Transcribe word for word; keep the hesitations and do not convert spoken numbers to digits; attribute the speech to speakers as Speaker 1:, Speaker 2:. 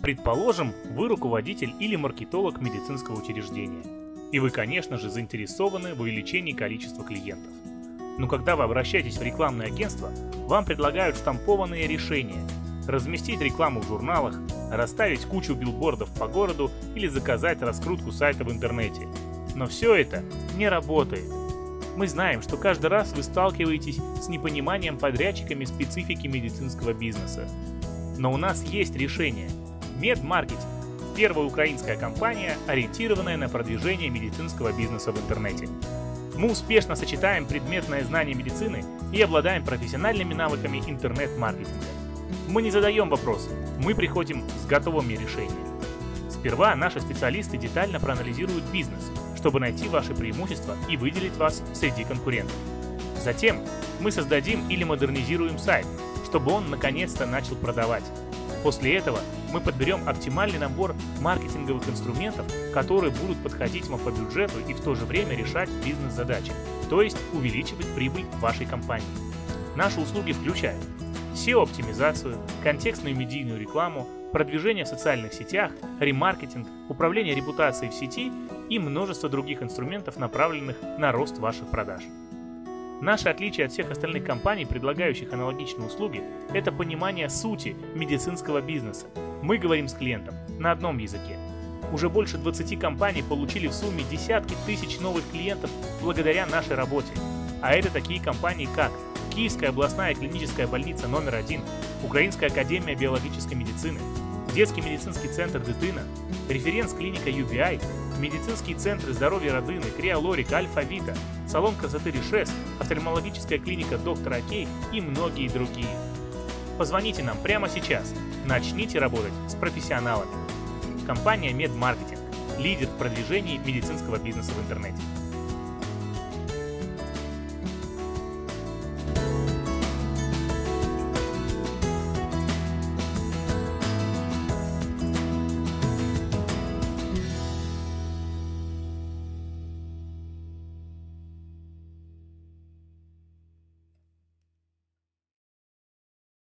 Speaker 1: Предположим, вы руководитель или маркетолог медицинского учреждения, и вы, конечно же, заинтересованы в увеличении количества клиентов. Но когда вы обращаетесь в рекламное агентство, вам предлагают штампованные решения: разместить рекламу в журналах, расставить кучу билбордов по городу или заказать раскрутку сайта в интернете. Но все это не работает. Мы знаем, что каждый раз вы сталкиваетесь с непониманием подрядчиками специфики медицинского бизнеса. Но у нас есть решение. Медмаркетинг – первая украинская компания, ориентированная на продвижение медицинского бизнеса в интернете. Мы успешно сочетаем предметное знание медицины и обладаем профессиональными навыками интернет-маркетинга. Мы не задаем вопросы, мы приходим с готовыми решениями. Сперва наши специалисты детально проанализируют бизнес, чтобы найти ваши преимущества и выделить вас среди конкурентов. Затем мы создадим или модернизируем сайт, чтобы он наконец-то начал продавать. После этого мы подберем оптимальный набор маркетинговых инструментов, которые будут подходить вам по бюджету и в то же время решать бизнес-задачи, то есть увеличивать прибыль вашей компании. Наши услуги включают сео-оптимизацию, контекстную медийную рекламу, продвижение в социальных сетях, ремаркетинг, управление репутацией в сети и множество других инструментов, направленных на рост ваших продаж. Наше отличие от всех остальных компаний, предлагающих аналогичные услуги, это понимание сути медицинского бизнеса. Мы говорим с клиентом на одном языке. Уже больше двадцати компаний получили в сумме десятки тысяч новых клиентов благодаря нашей работе. А это такие компании, как Киевская областная клиническая больница номер один, Украинская академия биологической медицины, Детский медицинский центр Дитина, референс-клиника ю би ай, медицинские центры здоровья Родины, Криолорик, Альфа-Вита, салон красоты Решес, офтальмологическая клиника Доктор Окей и многие другие. Позвоните нам прямо сейчас. Начните работать с профессионалами. Компания Медмаркетинг – лидер в продвижении медицинского бизнеса в интернете.